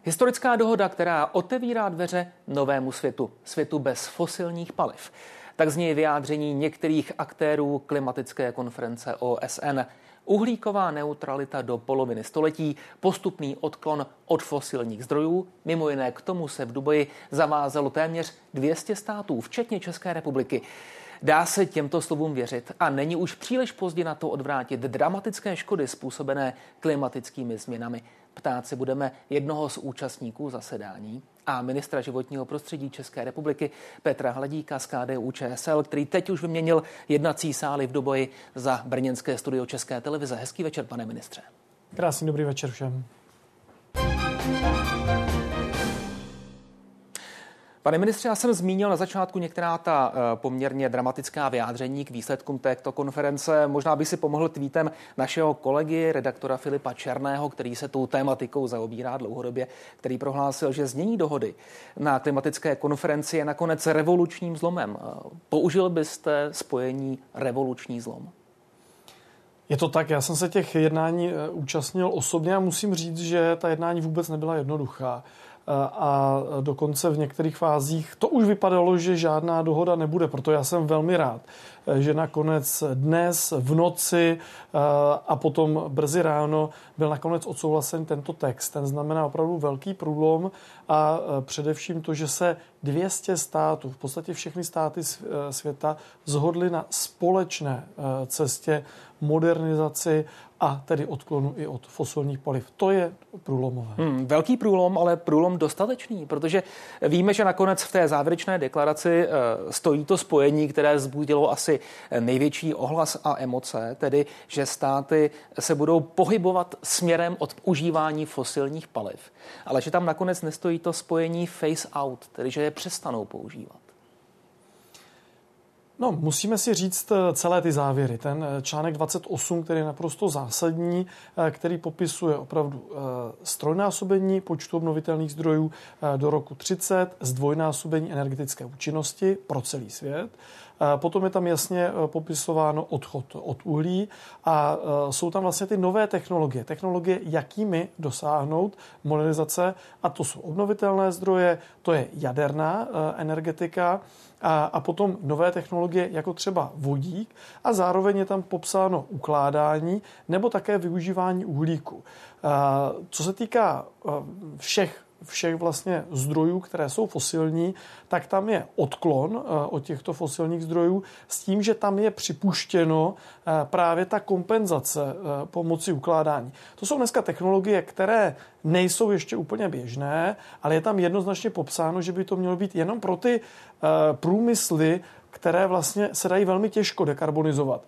Historická dohoda, která otevírá dveře novému světu, světu bez fosilních paliv. Tak zní vyjádření některých aktérů klimatické konference OSN. Uhlíková neutralita do poloviny století, postupný odklon od fosilních zdrojů. Mimo jiné k tomu se v Dubaji zavázalo téměř 200 států, včetně České republiky. Dá se těmto slovům věřit a není už příliš pozdě na to odvrátit dramatické škody způsobené klimatickými změnami. Ptát se budeme jednoho z účastníků zasedání a ministra životního prostředí České republiky Petra Hladíka z KDU-ČSL, který teď už vyměnil jednací sály v Dubaji za brněnské studio České televize. Hezký večer, pane ministře. Krásný dobrý večer všem. Pane ministře, já jsem zmínil na začátku některá ta poměrně dramatická vyjádření k výsledkům této konference. Možná by si pomohl tweetem našeho kolegy, redaktora Filipa Černého, který se tou tématikou zaobírá dlouhodobě, který prohlásil, že znění dohody na klimatické konferenci je nakonec revolučním zlomem. Použil byste spojení revoluční zlom? Je to tak, já jsem se těch jednání účastnil osobně a musím říct, že ta jednání vůbec nebyla jednoduchá. A dokonce v některých fázích to už vypadalo, že žádná dohoda nebude. Proto já jsem velmi rád, že nakonec dnes v noci a potom brzy ráno byl nakonec odsouhlasen tento text. Ten znamená opravdu velký průlom a především to, že se 200 států, v podstatě všechny státy světa, shodly na společné cestě modernizaci a tedy odklonu i od fosilních paliv. To je průlomové. Velký průlom, ale průlom dostatečný, protože víme, že nakonec v té závěrečné deklaraci stojí to spojení, které vzbudilo asi největší ohlas a emoce, tedy že státy se budou pohybovat směrem od užívání fosilních paliv, ale že tam nakonec nestojí to spojení phase out, tedy že je přestanou používat. No, musíme si říct celé ty závěry. Ten článek 28, který je naprosto zásadní, který popisuje opravdu ztrojnásobení počtu obnovitelných zdrojů do roku 30, zdvojnásobení energetické účinnosti pro celý svět. Potom je tam jasně popisováno odchod od uhlí a jsou tam vlastně ty nové technologie, jakými dosáhnout modernizace, a to jsou obnovitelné zdroje, to je jaderná energetika a potom nové technologie jako třeba vodík a zároveň je tam popsáno ukládání nebo také využívání uhlíku. Co se týká všech vlastně zdrojů, které jsou fosilní, tak tam je odklon od těchto fosilních zdrojů s tím, že tam je připuštěno právě ta kompenzace pomocí ukládání. To jsou dneska technologie, které nejsou ještě úplně běžné, ale je tam jednoznačně popsáno, že by to mělo být jenom pro ty průmysly, které vlastně se dají velmi těžko dekarbonizovat.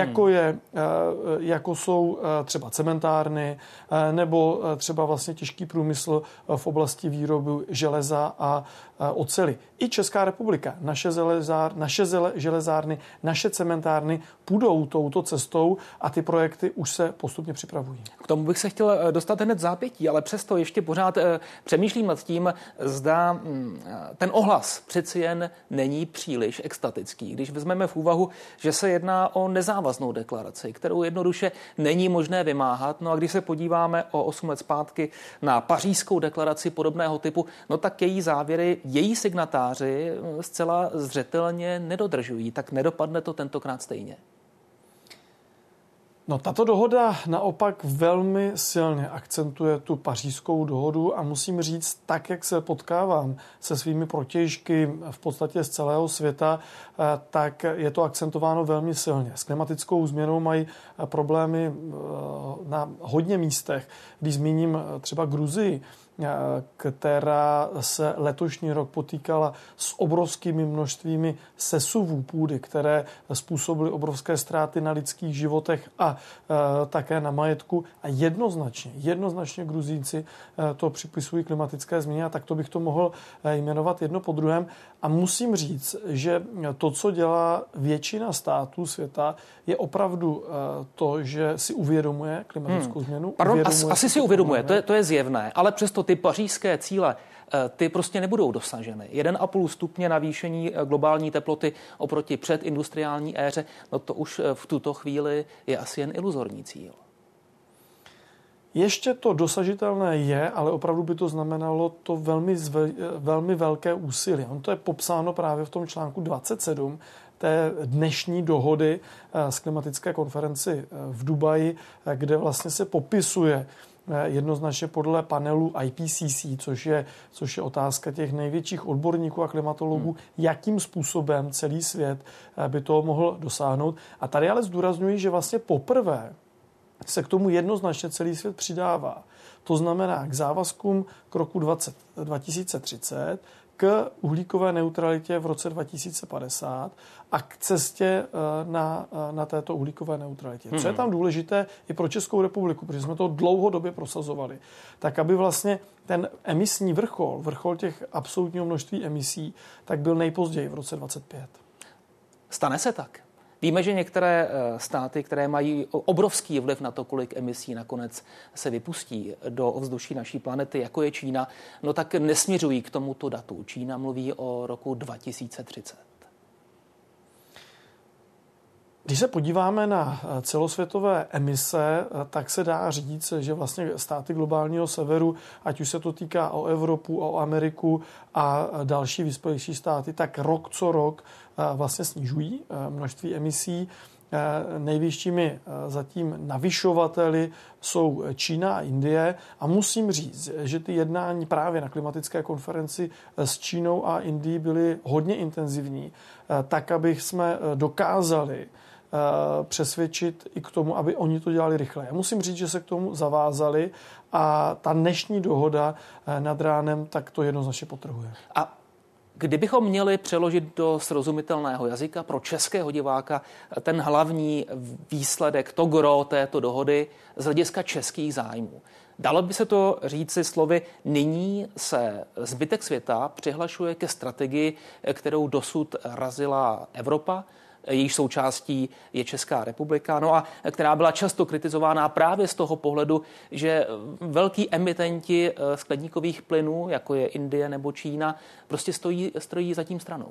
Jako jsou třeba cementárny nebo třeba vlastně těžký průmysl v oblasti výroby železa a oceli. I Česká republika, naše železárny, naše cementárny půjdou touto cestou a ty projekty už se postupně připravují. K tomu bych se chtěl dostat hned zápětí, ale přesto ještě pořád přemýšlím nad tím, zda ten ohlas přeci jen není příliš extatický. Když vezmeme v úvahu, že se jedná o nezávaznou deklaraci, kterou jednoduše není možné vymáhat. No a když se podíváme o 8 let zpátky na Pařížskou deklaraci podobného typu, no tak její závěry, její signatáři zcela zřetelně nedodržují. Tak nedopadne to tentokrát stejně? No, tato dohoda naopak velmi silně akcentuje tu Pařížskou dohodu a musím říct, tak, jak se potkávám se svými protějšky v podstatě z celého světa, tak je to akcentováno velmi silně. S klimatickou změnou mají problémy na hodně místech. Když zmíním třeba Gruzii, která se letošní rok potýkala s obrovskými množstvími sesuvů půdy, které způsobily obrovské ztráty na lidských životech a také na majetku. A jednoznačně Gruzínci to připisují klimatické změně a tak to bych to mohl jmenovat jedno po druhém. A musím říct, že to, co dělá většina států světa, je opravdu to, že si uvědomuje klimatickou změnu. Asi si uvědomuje, to je zjevné, ale přesto ty pařížské cíle, ty prostě nebudou dosaženy. 1,5 stupně navýšení globální teploty oproti předindustriální éře, no to už v tuto chvíli je asi jen iluzorní cíl. Ještě to dosažitelné je, ale opravdu by to znamenalo to velmi velké úsilí. On to je popsáno právě v tom článku 27 té dnešní dohody z klimatické konferenci v Dubaji, kde vlastně se popisuje jednoznačně podle panelu IPCC, což je otázka těch největších odborníků a klimatologů, jakým způsobem celý svět by toho mohl dosáhnout. A tady ale zdůrazňuji, že vlastně poprvé se k tomu jednoznačně celý svět přidává. To znamená k závazkům k roku 2030, k uhlíkové neutralitě v roce 2050 a k cestě na této uhlíkové neutralitě. Co je tam důležité i pro Českou republiku, protože jsme to dlouhodobě prosazovali, tak aby vlastně ten emisní vrchol těch absolutního množství emisí, tak byl nejpozději v roce 2025. Stane se tak? Víme, že některé státy, které mají obrovský vliv na to, kolik emisí nakonec se vypustí do ovzduší naší planety, jako je Čína, no tak nesměřují k tomuto datu. Čína mluví o roku 2030. Když se podíváme na celosvětové emise, tak se dá říct, že vlastně státy globálního severu, ať už se to týká o Evropu, o Ameriku a další vyspělejší státy, tak rok co rok vlastně snižují množství emisí. Nejvyššími zatím navyšovateli jsou Čína a Indie a musím říct, že ty jednání právě na klimatické konferenci s Čínou a Indií byly hodně intenzivní, tak aby jsme dokázali přesvědčit i k tomu, aby oni to dělali rychle. Já musím říct, že se k tomu zavázali a ta dnešní dohoda nad ránem tak to jednoznačně podtrhuje. A kdybychom měli přeložit do srozumitelného jazyka pro českého diváka ten hlavní výsledek, to gro této dohody z hlediska českých zájmů, dalo by se to říci slovy, nyní se zbytek světa přihlašuje ke strategii, kterou dosud razila Evropa, jejíž součástí je Česká republika, no a která byla často kritizována právě z toho pohledu, že velký emitenti skleníkových plynů, jako je Indie nebo Čína, prostě stojí za tím stranou.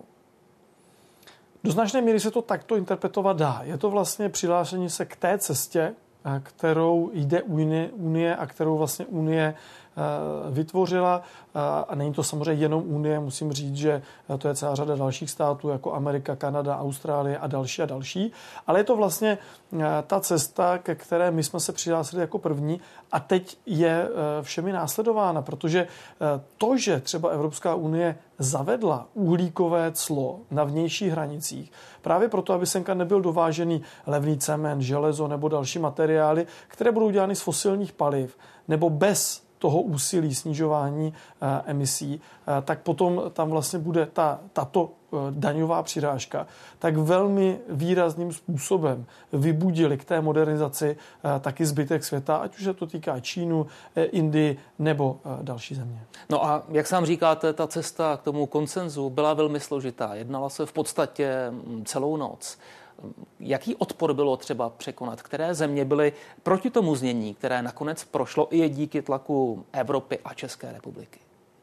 Do značné míry se to takto interpretovat dá. Je to vlastně přihlášení se k té cestě, kterou jde Unie a kterou vlastně Unie vytvořila. A není to samozřejmě jenom Unie, musím říct, že to je celá řada dalších států, jako Amerika, Kanada, Austrálie a další. Ale je to vlastně ta cesta, ke které my jsme se přihlásili jako první a teď je všemi následována, protože to, že třeba Evropská unie zavedla uhlíkové clo na vnějších hranicích, právě proto, aby semka nebyl dovážený levný cement, železo nebo další materiály, které budou dělány z fosilních paliv nebo bez toho úsilí snižování emisí, tak potom tam vlastně bude tato daňová přirážka, tak velmi výrazným způsobem vybudili k té modernizaci taky zbytek světa, ať už se to týká Čínu, Indii nebo další země. No a jak sám říkáte, ta cesta k tomu konsenzu byla velmi složitá. Jednala se v podstatě celou noc. Jaký odpor bylo třeba překonat? Které země byly proti tomu znění, které nakonec prošlo i díky tlaku Evropy a České republiky?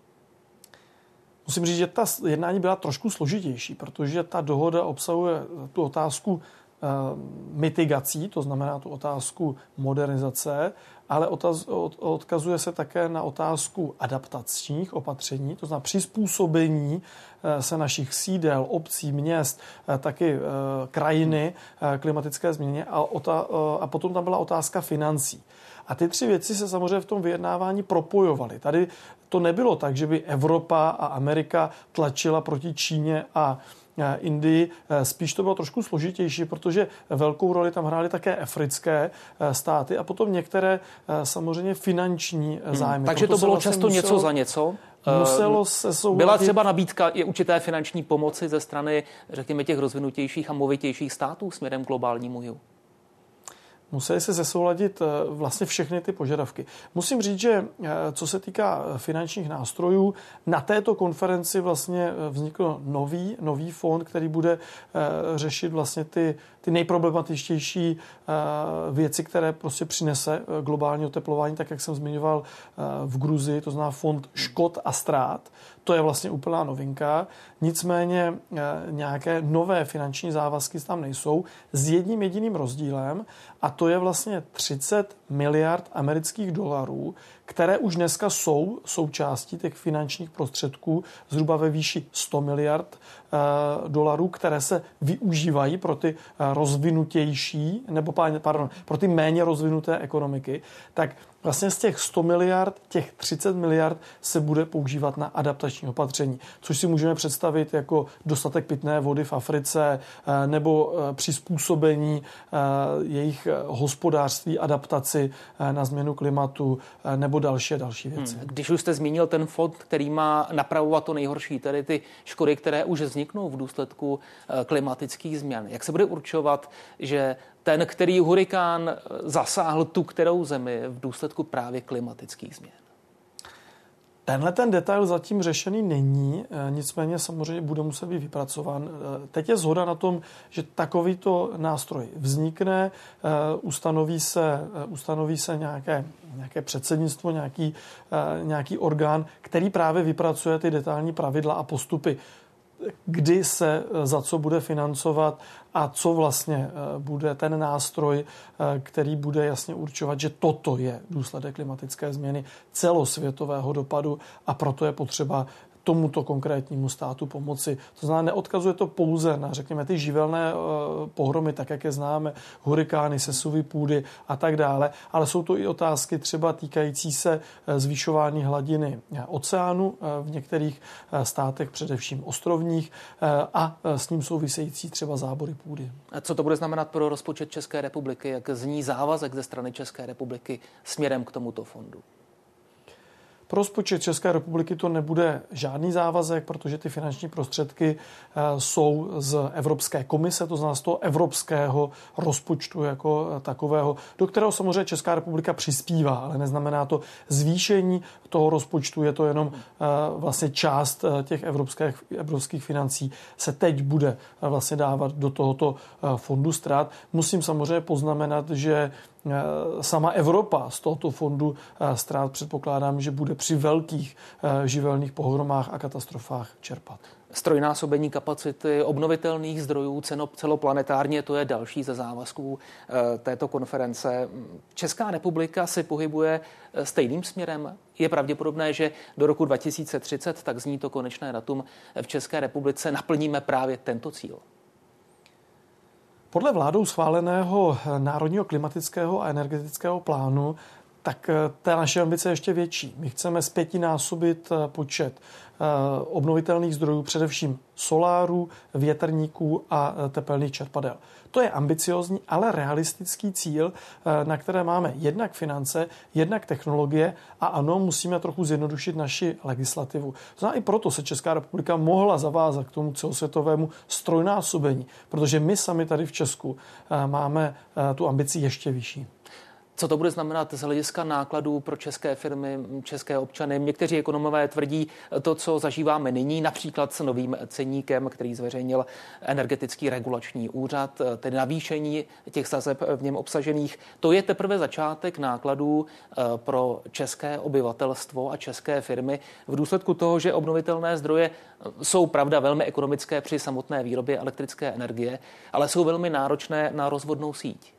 Musím říct, že ta jednání byla trošku složitější, protože ta dohoda obsahuje tu otázku mitigací, to znamená tu otázku modernizace, ale odkazuje se také na otázku adaptačních opatření, to znamená přizpůsobení se našich sídel, obcí, měst, taky krajiny klimatické změně a potom tam byla otázka financí. A ty tři věci se samozřejmě v tom vyjednávání propojovaly. Tady to nebylo tak, že by Evropa a Amerika tlačila proti Číně a Indii. Spíš to bylo trošku složitější, protože velkou roli tam hrály také africké státy a potom některé samozřejmě finanční zájmy. Takže to bylo vlastně často něco za něco? Muselo se souhladit. Byla třeba nabídka i určité finanční pomoci ze strany, řekněme, těch rozvinutějších a movitějších států směrem k globálnímu jihu? Museli se zesouladit vlastně všechny ty požadavky. Musím říct, že co se týká finančních nástrojů, na této konferenci vlastně vznikl nový fond, který bude řešit vlastně ty nejproblematičtější věci, které prostě přinese globální oteplování, tak jak jsem zmiňoval v Gruzii, to znamená fond škod a ztrát. To je vlastně úplná novinka. Nicméně nějaké nové finanční závazky tam nejsou s jedním jediným rozdílem a to je vlastně 30 miliard amerických dolarů, které už dneska jsou součástí těch finančních prostředků zhruba ve výši 100 miliard dolarů, které se využívají pro ty rozvinutější, nebo pro ty méně rozvinuté ekonomiky, tak vlastně z těch 100 miliard, těch 30 miliard se bude používat na adaptační opatření, což si můžeme představit jako dostatek pitné vody v Africe nebo přizpůsobení jejich hospodářství, adaptaci na změnu klimatu nebo další věci. Když už jste zmínil ten fond, který má napravovat to nejhorší, tedy ty škody, které už vzniknou v důsledku klimatických změn, jak se bude určovat, že ten, který hurikán zasáhl tu kterou zemi v důsledku právě klimatických změn? Tenhle ten detail zatím řešený není, nicméně samozřejmě bude muset být vypracován. Teď je shoda na tom, že takovýto nástroj vznikne, ustanoví se nějaké předsednictvo, nějaký orgán, který právě vypracuje ty detailní pravidla a postupy, kdy se za co bude financovat a co vlastně bude ten nástroj, který bude jasně určovat, že toto je důsledek klimatické změny celosvětového dopadu a proto je potřeba tomuto konkrétnímu státu pomoci. To znamená, neodkazuje to pouze na, řekněme, ty živelné pohromy, tak jak je známe, hurikány, sesuvy půdy a tak dále, ale jsou to i otázky třeba týkající se zvyšování hladiny oceánu v některých státech, především ostrovních, a s ním související třeba zábory půdy. A co to bude znamenat pro rozpočet České republiky? Jak zní závazek ze strany České republiky směrem k tomuto fondu? Pro rozpočet České republiky to nebude žádný závazek, protože ty finanční prostředky jsou z Evropské komise, to znamená z toho evropského rozpočtu jako takového, do kterého samozřejmě Česká republika přispívá, ale neznamená to zvýšení toho rozpočtu, je to jenom vlastně část těch evropských financí se teď bude vlastně dávat do tohoto fondu ztrát. Musím samozřejmě poznamenat, že sama Evropa z tohoto fondu ztrát předpokládám, že bude při velkých živelných pohromách a katastrofách čerpat. Ztrojnásobení kapacity obnovitelných zdrojů celoplanetárně, to je další ze závazků této konference. Česká republika se pohybuje stejným směrem. Je pravděpodobné, že do roku 2030, tak zní to konečné datum, v České republice naplníme právě tento cíl. Podle vládou schváleného Národního klimatického a energetického plánu, tak ta naše ambice je ještě větší. My chceme zpětinásobit počet obnovitelných zdrojů, především solárů, větrníků a tepelných čerpadel. To je ambiciózní, ale realistický cíl, na které máme jednak finance, jednak technologie a ano, musíme trochu zjednodušit naši legislativu. To znamená, i proto se Česká republika mohla zavázat k tomu celosvětovému ztrojnásobení, protože my sami tady v Česku máme tu ambici ještě vyšší. Co to bude znamenat z hlediska nákladů pro české firmy, české občany? Někteří ekonomové tvrdí to, co zažíváme nyní, například s novým ceníkem, který zveřejnil Energetický regulační úřad, tedy navýšení těch sazeb v něm obsažených. To je teprve začátek nákladů pro české obyvatelstvo a české firmy v důsledku toho, že obnovitelné zdroje jsou, pravda, velmi ekonomické při samotné výrobě elektrické energie, ale jsou velmi náročné na rozvodnou síť.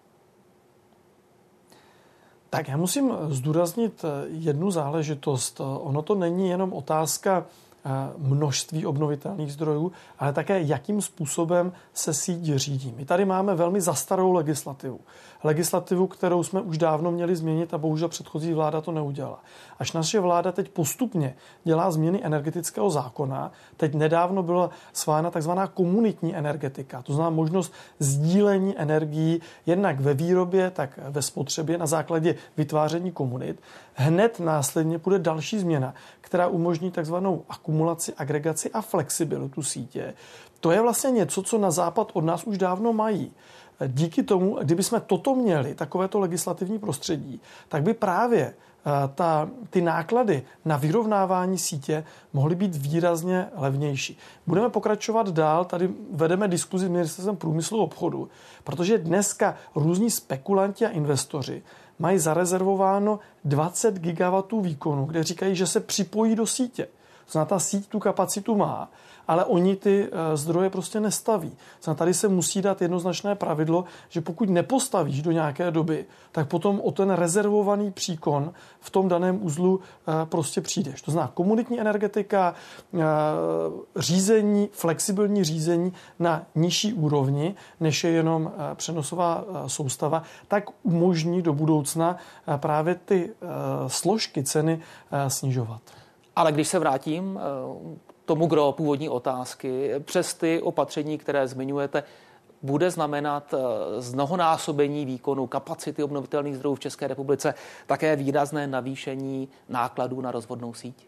Tak já musím zdůraznit jednu záležitost. Ono to není jenom otázka množství obnovitelných zdrojů, ale také jakým způsobem se síť řídí. My tady máme velmi zastaralou legislativu. Legislativu, kterou jsme už dávno měli změnit a bohužel předchozí vláda to neudělala. Až naše vláda teď postupně dělá změny energetického zákona, teď nedávno byla schválena takzvaná komunitní energetika, to znamená možnost sdílení energií jednak ve výrobě, tak ve spotřebě na základě vytváření komunit. Hned následně bude další změna, která umožní takzvanou akumulaci, agregaci a flexibilitu sítě. To je vlastně něco, co na západ od nás už dávno mají. Díky tomu, kdybychom toto měli, takovéto legislativní prostředí, tak by právě ty náklady na vyrovnávání sítě mohly být výrazně levnější. Budeme pokračovat dál, tady vedeme diskuzi s Ministerstvem průmyslu a obchodu, protože dneska různí spekulanti a investoři mají zarezervováno 20 gigawatů výkonu, kde říkají, že se připojí do sítě. To znamená, ta síť tu kapacitu má, ale oni ty zdroje prostě nestaví. Znamená, tady se musí dát jednoznačné pravidlo, že pokud nepostavíš do nějaké doby, tak potom o ten rezervovaný příkon v tom daném uzlu prostě přijdeš. To znamená komunitní energetika, řízení, flexibilní řízení na nižší úrovni, než je jenom přenosová soustava, tak umožní do budoucna právě ty složky ceny snižovat. Ale když se vrátím k tomu gro původní otázky, přes ty opatření, které zmiňujete, bude znamenat zmnohonásobení výkonu kapacity obnovitelných zdrojů v České republice také výrazné navýšení nákladů na rozvodnou síť?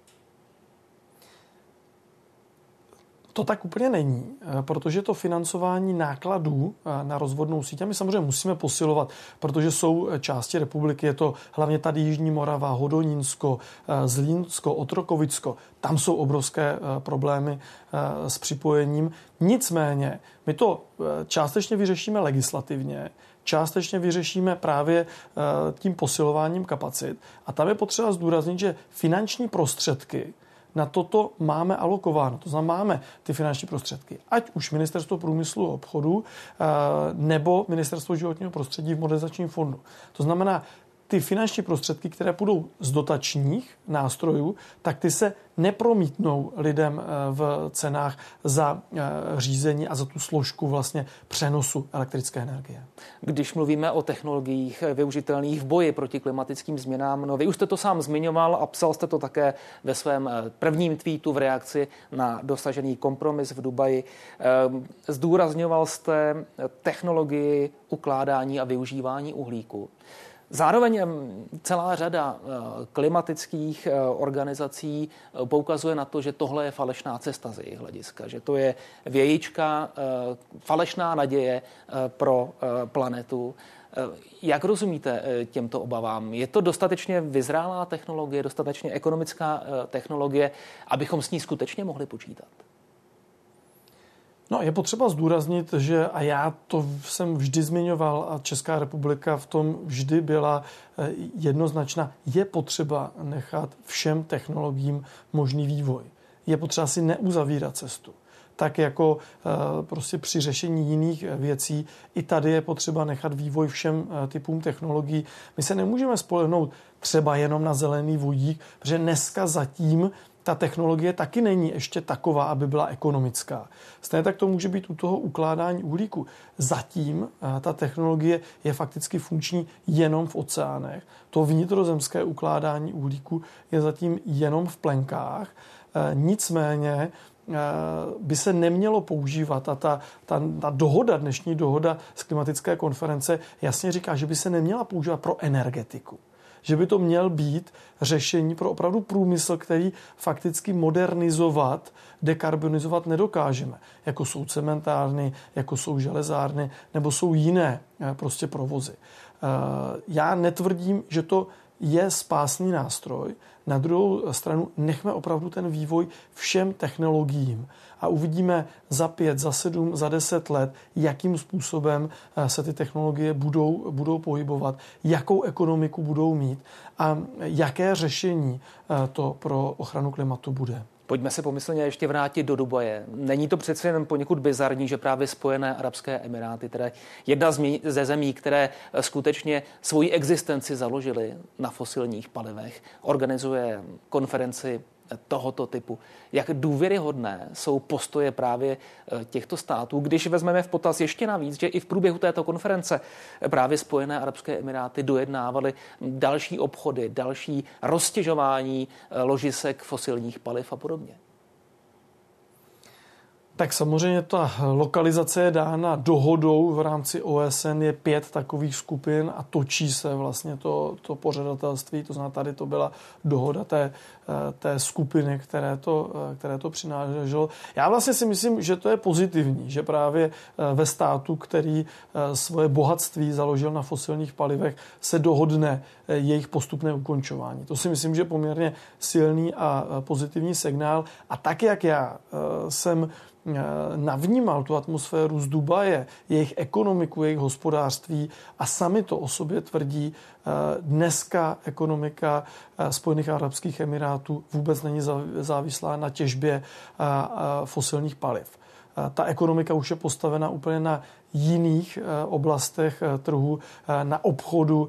To tak úplně není, protože to financování nákladů na rozvodnou síť, a my samozřejmě musíme posilovat, protože jsou části republiky, je to hlavně tady Jižní Morava, Hodonínsko, Zlínsko, Otrokovicko, tam jsou obrovské problémy s připojením. Nicméně my to částečně vyřešíme legislativně, částečně vyřešíme právě tím posilováním kapacit a tam je potřeba zdůraznit, že finanční prostředky na toto máme alokováno. To znamená, máme ty finanční prostředky. Ať už Ministerstvo průmyslu a obchodu nebo Ministerstvo životního prostředí v Modernizačním fondu. To znamená, ty finanční prostředky, které půjdou z dotačních nástrojů, tak ty se nepromítnou lidem v cenách za řízení a za tu složku vlastně přenosu elektrické energie. Když mluvíme o technologiích využitelných v boji proti klimatickým změnám, no vy už jste to sám zmiňoval a psal jste to také ve svém prvním tweetu v reakci na dosažený kompromis v Dubaji. Zdůrazňoval jste technologii ukládání a využívání uhlíku. Zároveň celá řada klimatických organizací poukazuje na to, že tohle je falešná cesta z jejich hlediska, že to je vějička, falešná naděje pro planetu. Jak rozumíte těmto obavám? Je to dostatečně vyzrálá technologie, dostatečně ekonomická technologie, abychom s ní skutečně mohli počítat? No, je potřeba zdůraznit, že, a já to jsem vždy zmiňoval, a Česká republika v tom vždy byla jednoznačná, je potřeba nechat všem technologiím možný vývoj. Je potřeba si neuzavírat cestu. Tak jako prostě při řešení jiných věcí, i tady je potřeba nechat vývoj všem typům technologií. My se nemůžeme spolehnout třeba jenom na zelený vodík, protože dneska zatím ta technologie taky není ještě taková, aby byla ekonomická. Stejně tak to může být u toho ukládání uhlíku. Zatím ta technologie je fakticky funkční jenom v oceánech. To vnitrozemské ukládání uhlíku je zatím jenom v plenkách. Nicméně by se nemělo používat a ta dohoda, dnešní dohoda z klimatické konference jasně říká, že by se neměla používat pro energetiku. Že by to měl být řešení pro opravdu průmysl, který fakticky modernizovat, dekarbonizovat nedokážeme. Jako jsou cementárny, jako jsou železárny, nebo jsou jiné prostě provozy. Já netvrdím, že to je spásný nástroj. Na druhou stranu nechme opravdu ten vývoj všem technologiím a uvidíme za 5, za 7, za 10 let, jakým způsobem se ty technologie budou pohybovat, jakou ekonomiku budou mít a jaké řešení to pro ochranu klimatu bude. Pojďme se pomyslně ještě vrátit do Dubaje. Není to přece jen poněkud bizarní, že právě Spojené arabské emiráty, teda jedna ze zemí, které skutečně svoji existenci založily na fosilních palivech, organizuje konferenci tohoto typu. Jak důvěryhodné jsou postoje právě těchto států, když vezmeme v potaz ještě navíc, že i v průběhu této konference právě Spojené arabské emiráty dojednávaly další obchody, další roztěžování ložisek fosilních paliv a podobně. Tak samozřejmě ta lokalizace je dána dohodou v rámci OSN, je 5 takových skupin a točí se vlastně to pořadatelství, to znamená, tady to byla dohoda té skupiny, které to přinášelo. Já vlastně si myslím, že to je pozitivní, že právě ve státu, který svoje bohatství založil na fosilních palivech, se dohodne jejich postupné ukončování. To si myslím, že je poměrně silný a pozitivní signál. A tak, jak já jsem navnímal tu atmosféru z Dubaje, jejich ekonomiku, jejich hospodářství a sami to o sobě tvrdí, dneska ekonomika Spojených arabských emirátů vůbec není závislá na těžbě fosilních paliv. Ta ekonomika už je postavena úplně na jiných oblastech trhu, na obchodu,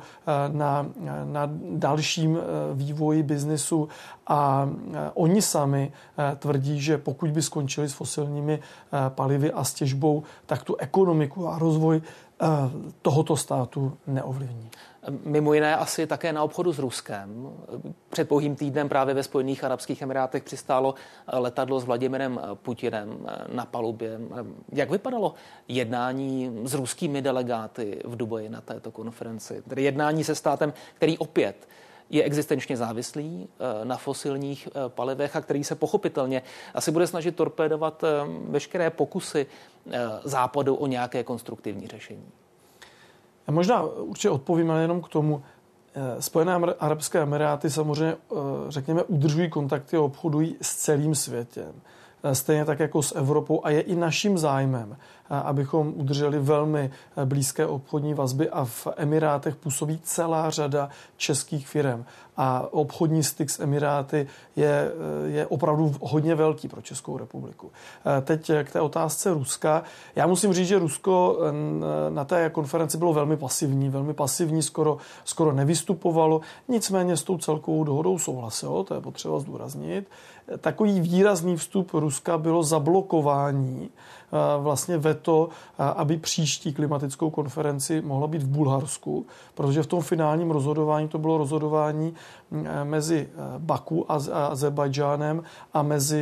na dalším vývoji biznesu a oni sami tvrdí, že pokud by skončili s fosilními palivy a s těžbou, tak tu ekonomiku a rozvoj tohoto státu neovlivní. Mimo jiné asi také na obchodu s Ruskem. Před pouhým týdnem právě ve Spojených arabských emirátech přistálo letadlo s Vladimirem Putinem na palubě. Jak vypadalo jednání s ruskými delegáty v Dubaji na této konferenci? Tedy jednání se státem, který opět je existenčně závislý na fosilních palivech a který se pochopitelně asi bude snažit torpédovat veškeré pokusy Západu o nějaké konstruktivní řešení. Já možná určitě odpovím, ale jenom k tomu. Spojené arabské emiráty samozřejmě, řekněme, udržují kontakty a obchodují s celým světem. Stejně tak jako s Evropou a je i naším zájmem, abychom udrželi velmi blízké obchodní vazby a v Emirátech působí celá řada českých firem. A obchodní styk s Emiráty je opravdu hodně velký pro Českou republiku. Teď k té otázce Ruska. Já musím říct, že Rusko na té konferenci bylo velmi pasivní, skoro nevystupovalo. Nicméně s tou celkovou dohodou souhlasilo, to je potřeba zdůraznit. Takový výrazný vstup Ruska bylo zablokování vlastně veto, aby příští klimatickou konferenci mohla být v Bulharsku, protože v tom finálním rozhodování to bylo rozhodování mezi Baku a Azerbajdžánem a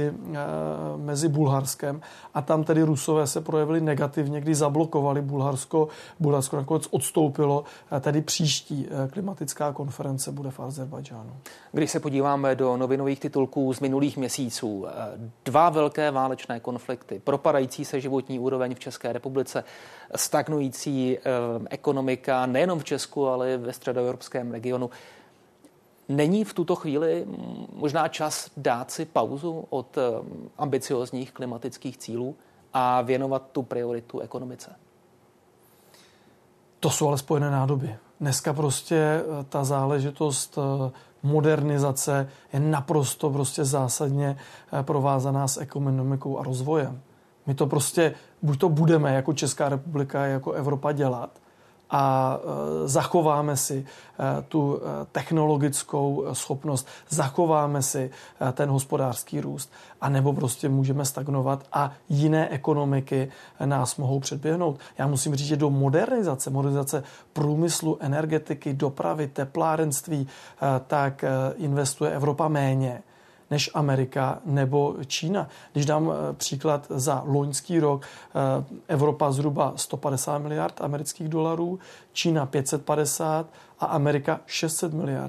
mezi Bulharskem. A tam tedy Rusové se projevili negativně, kdy zablokovali Bulharsko. Bulharsko nakonec odstoupilo, tedy příští klimatická konference bude v Azerbajdžánu. Když se podíváme do novinových titulků z minulých měsíců, 2 velké válečné konflikty, propadající se životní úroveň v České republice, stagnující ekonomika nejenom v Česku, ale i ve středoevropském regionu. Není v tuto chvíli možná čas dát si pauzu od ambiciozních klimatických cílů a věnovat tu prioritu ekonomice? To jsou ale spojené nádoby. Dneska prostě ta záležitost modernizace je naprosto prostě zásadně provázaná s ekonomikou a rozvojem. My to prostě, buď to budeme jako Česká republika, jako Evropa dělat a zachováme si tu technologickou schopnost, zachováme si ten hospodářský růst, anebo prostě můžeme stagnovat a jiné ekonomiky nás mohou předběhnout. Já musím říct, že do modernizace průmyslu, energetiky, dopravy, teplárenství, tak investuje Evropa méně než Amerika nebo Čína. Když dám příklad za loňský rok, Evropa zhruba 150 miliard amerických dolarů, Čína 550 a Amerika 600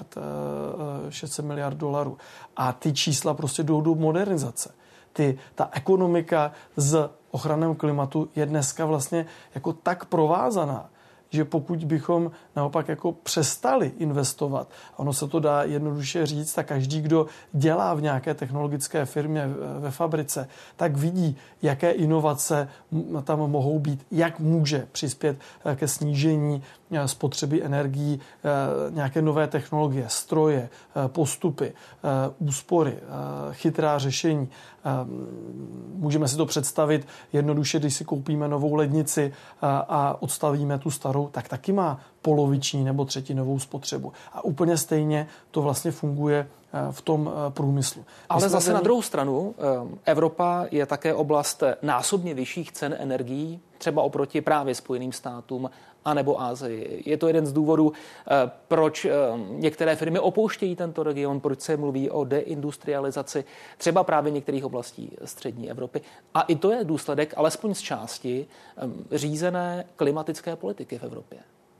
miliard dolarů. A ty čísla prostě jdou do modernizace. Ta ekonomika s ochranou klimatu je dneska vlastně jako tak provázaná, že pokud bychom naopak jako přestali investovat, ono se to dá jednoduše říct, tak každý, kdo dělá v nějaké technologické firmě ve fabrice, tak vidí, jaké inovace tam mohou být, jak může přispět ke snížení spotřeby energií, nějaké nové technologie, stroje, postupy, úspory, chytrá řešení. Můžeme si to představit jednoduše, když si koupíme novou lednici a odstavíme tu starou, tak taky má poloviční nebo třetinovou spotřebu. A úplně stejně to vlastně funguje v tom průmyslu. Ale zase na druhou stranu, Evropa je také oblast násobně vyšších cen energií, třeba oproti právě Spojeným státům anebo Asii. Je to jeden z důvodů, proč některé firmy opouštějí tento region, proč se mluví o deindustrializaci třeba právě některých oblastí střední Evropy. A i to je důsledek, alespoň z části, řízené klimatické politiky v Evropě.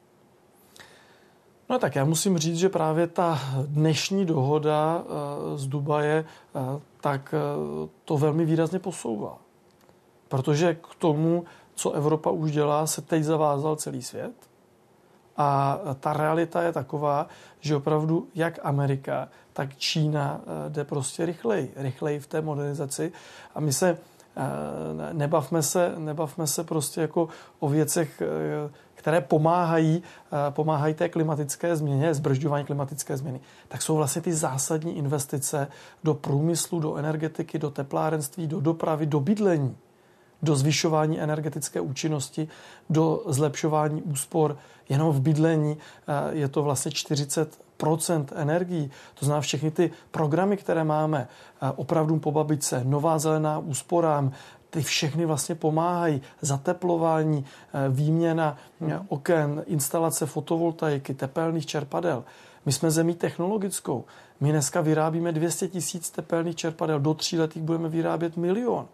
No tak já musím říct, že právě ta dnešní dohoda z Dubaje tak to velmi výrazně posouvá. Protože k tomu, co Evropa už dělá, se teď zavázal celý svět. A ta realita je taková, že opravdu jak Amerika, tak Čína jde prostě rychleji v té modernizaci. A my se Nebavme se prostě jako o věcech, které pomáhají té klimatické změně, zbrzďování klimatické změny. Tak jsou vlastně ty zásadní investice do průmyslu, do energetiky, do teplárenství, do dopravy, do bydlení, do zvyšování energetické účinnosti, do zlepšování úspor. Jenom v bydlení je to vlastně 40% energií. To znamená všechny ty programy, které máme, opravdu po babičce, nová zelená úsporám, ty všechny vlastně pomáhají. Zateplování, výměna oken, instalace fotovoltaiky, tepelných čerpadel. My jsme zemí technologickou. My dneska vyrábíme 200 000 tepelných čerpadel. Do 3 let jich budeme vyrábět 1 000 000.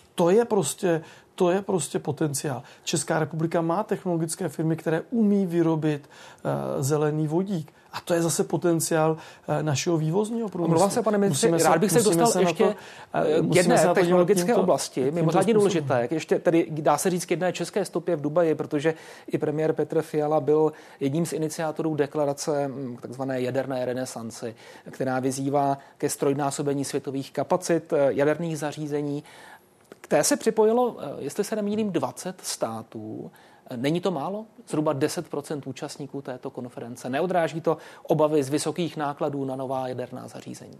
To je prostě potenciál. Česká republika má technologické firmy, které umí vyrobit zelený vodík. A to je zase potenciál našeho vývozního průmyslu. Omlouvám se, pane ministře, rád bych se dostal ještě k jedné technologické oblasti, mimořádně důležité, ještě tedy dá se říct k jedné české stopě v Dubaji, protože i premiér Petr Fiala byl jedním z iniciátorů deklarace k takzvané jaderné renesanci, která vyzývá ke ztrojnásobení světových kapacit jaderných zařízení. K té se připojilo, jestli se nemýlím, 20 států. Není to málo? Zhruba 10% účastníků této konference. Neodráží to obavy z vysokých nákladů na nová jaderná zařízení?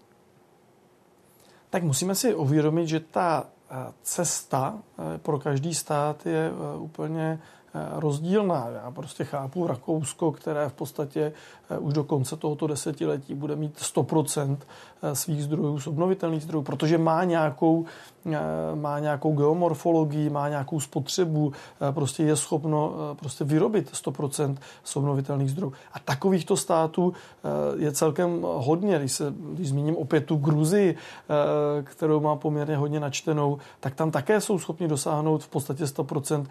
Tak musíme si uvědomit, že ta cesta pro každý stát je úplně rozdílná. Já prostě chápu Rakousko, které v podstatě už do konce tohoto desetiletí bude mít 100% svých zdrojů z obnovitelných zdrojů, protože má nějakou geomorfologii, má nějakou spotřebu, prostě je schopno prostě vyrobit 100% z obnovitelných zdrojů. A takovýchto států je celkem hodně. Když zmíním opět tu Gruzii, kterou mám poměrně hodně načtenou, tak tam také jsou schopni dosáhnout v podstatě 100%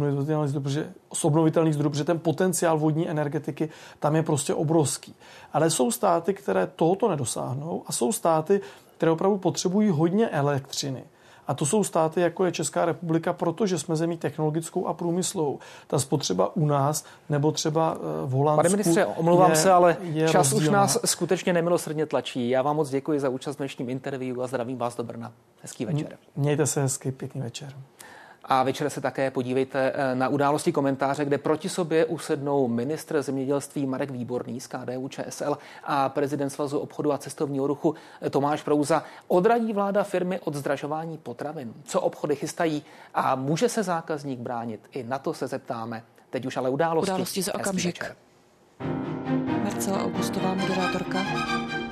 z obnovitelných zdrojů, protože ten potenciál vodní energetiky tam je prostě obrovský. Ale jsou státy, které tohoto nedosáhnou a jsou státy, které opravdu potřebují hodně elektřiny. A to jsou státy, jako je Česká republika, protože jsme zemí technologickou a průmyslovou. Ta spotřeba u nás nebo třeba v Holandsku. Pane ministře, omlouvám se, ale čas už nás skutečně nemilosrdně tlačí. Já vám moc děkuji za účast v dnešním interview a zdravím vás do Brna. Hezký večer. Mějte se hezky, pěkný večer. A večer se také podívejte na Události komentáře, kde proti sobě usednou ministr zemědělství Marek Výborný z KDU-ČSL a prezident Svazu obchodu a cestovního ruchu Tomáš Prouza. Odradí vláda firmy od zdražování potravin? Co obchody chystají a může se zákazník bránit? I na to se zeptáme. Teď už ale Události. Události za okamžik. Marcela Augustová, moderátorka.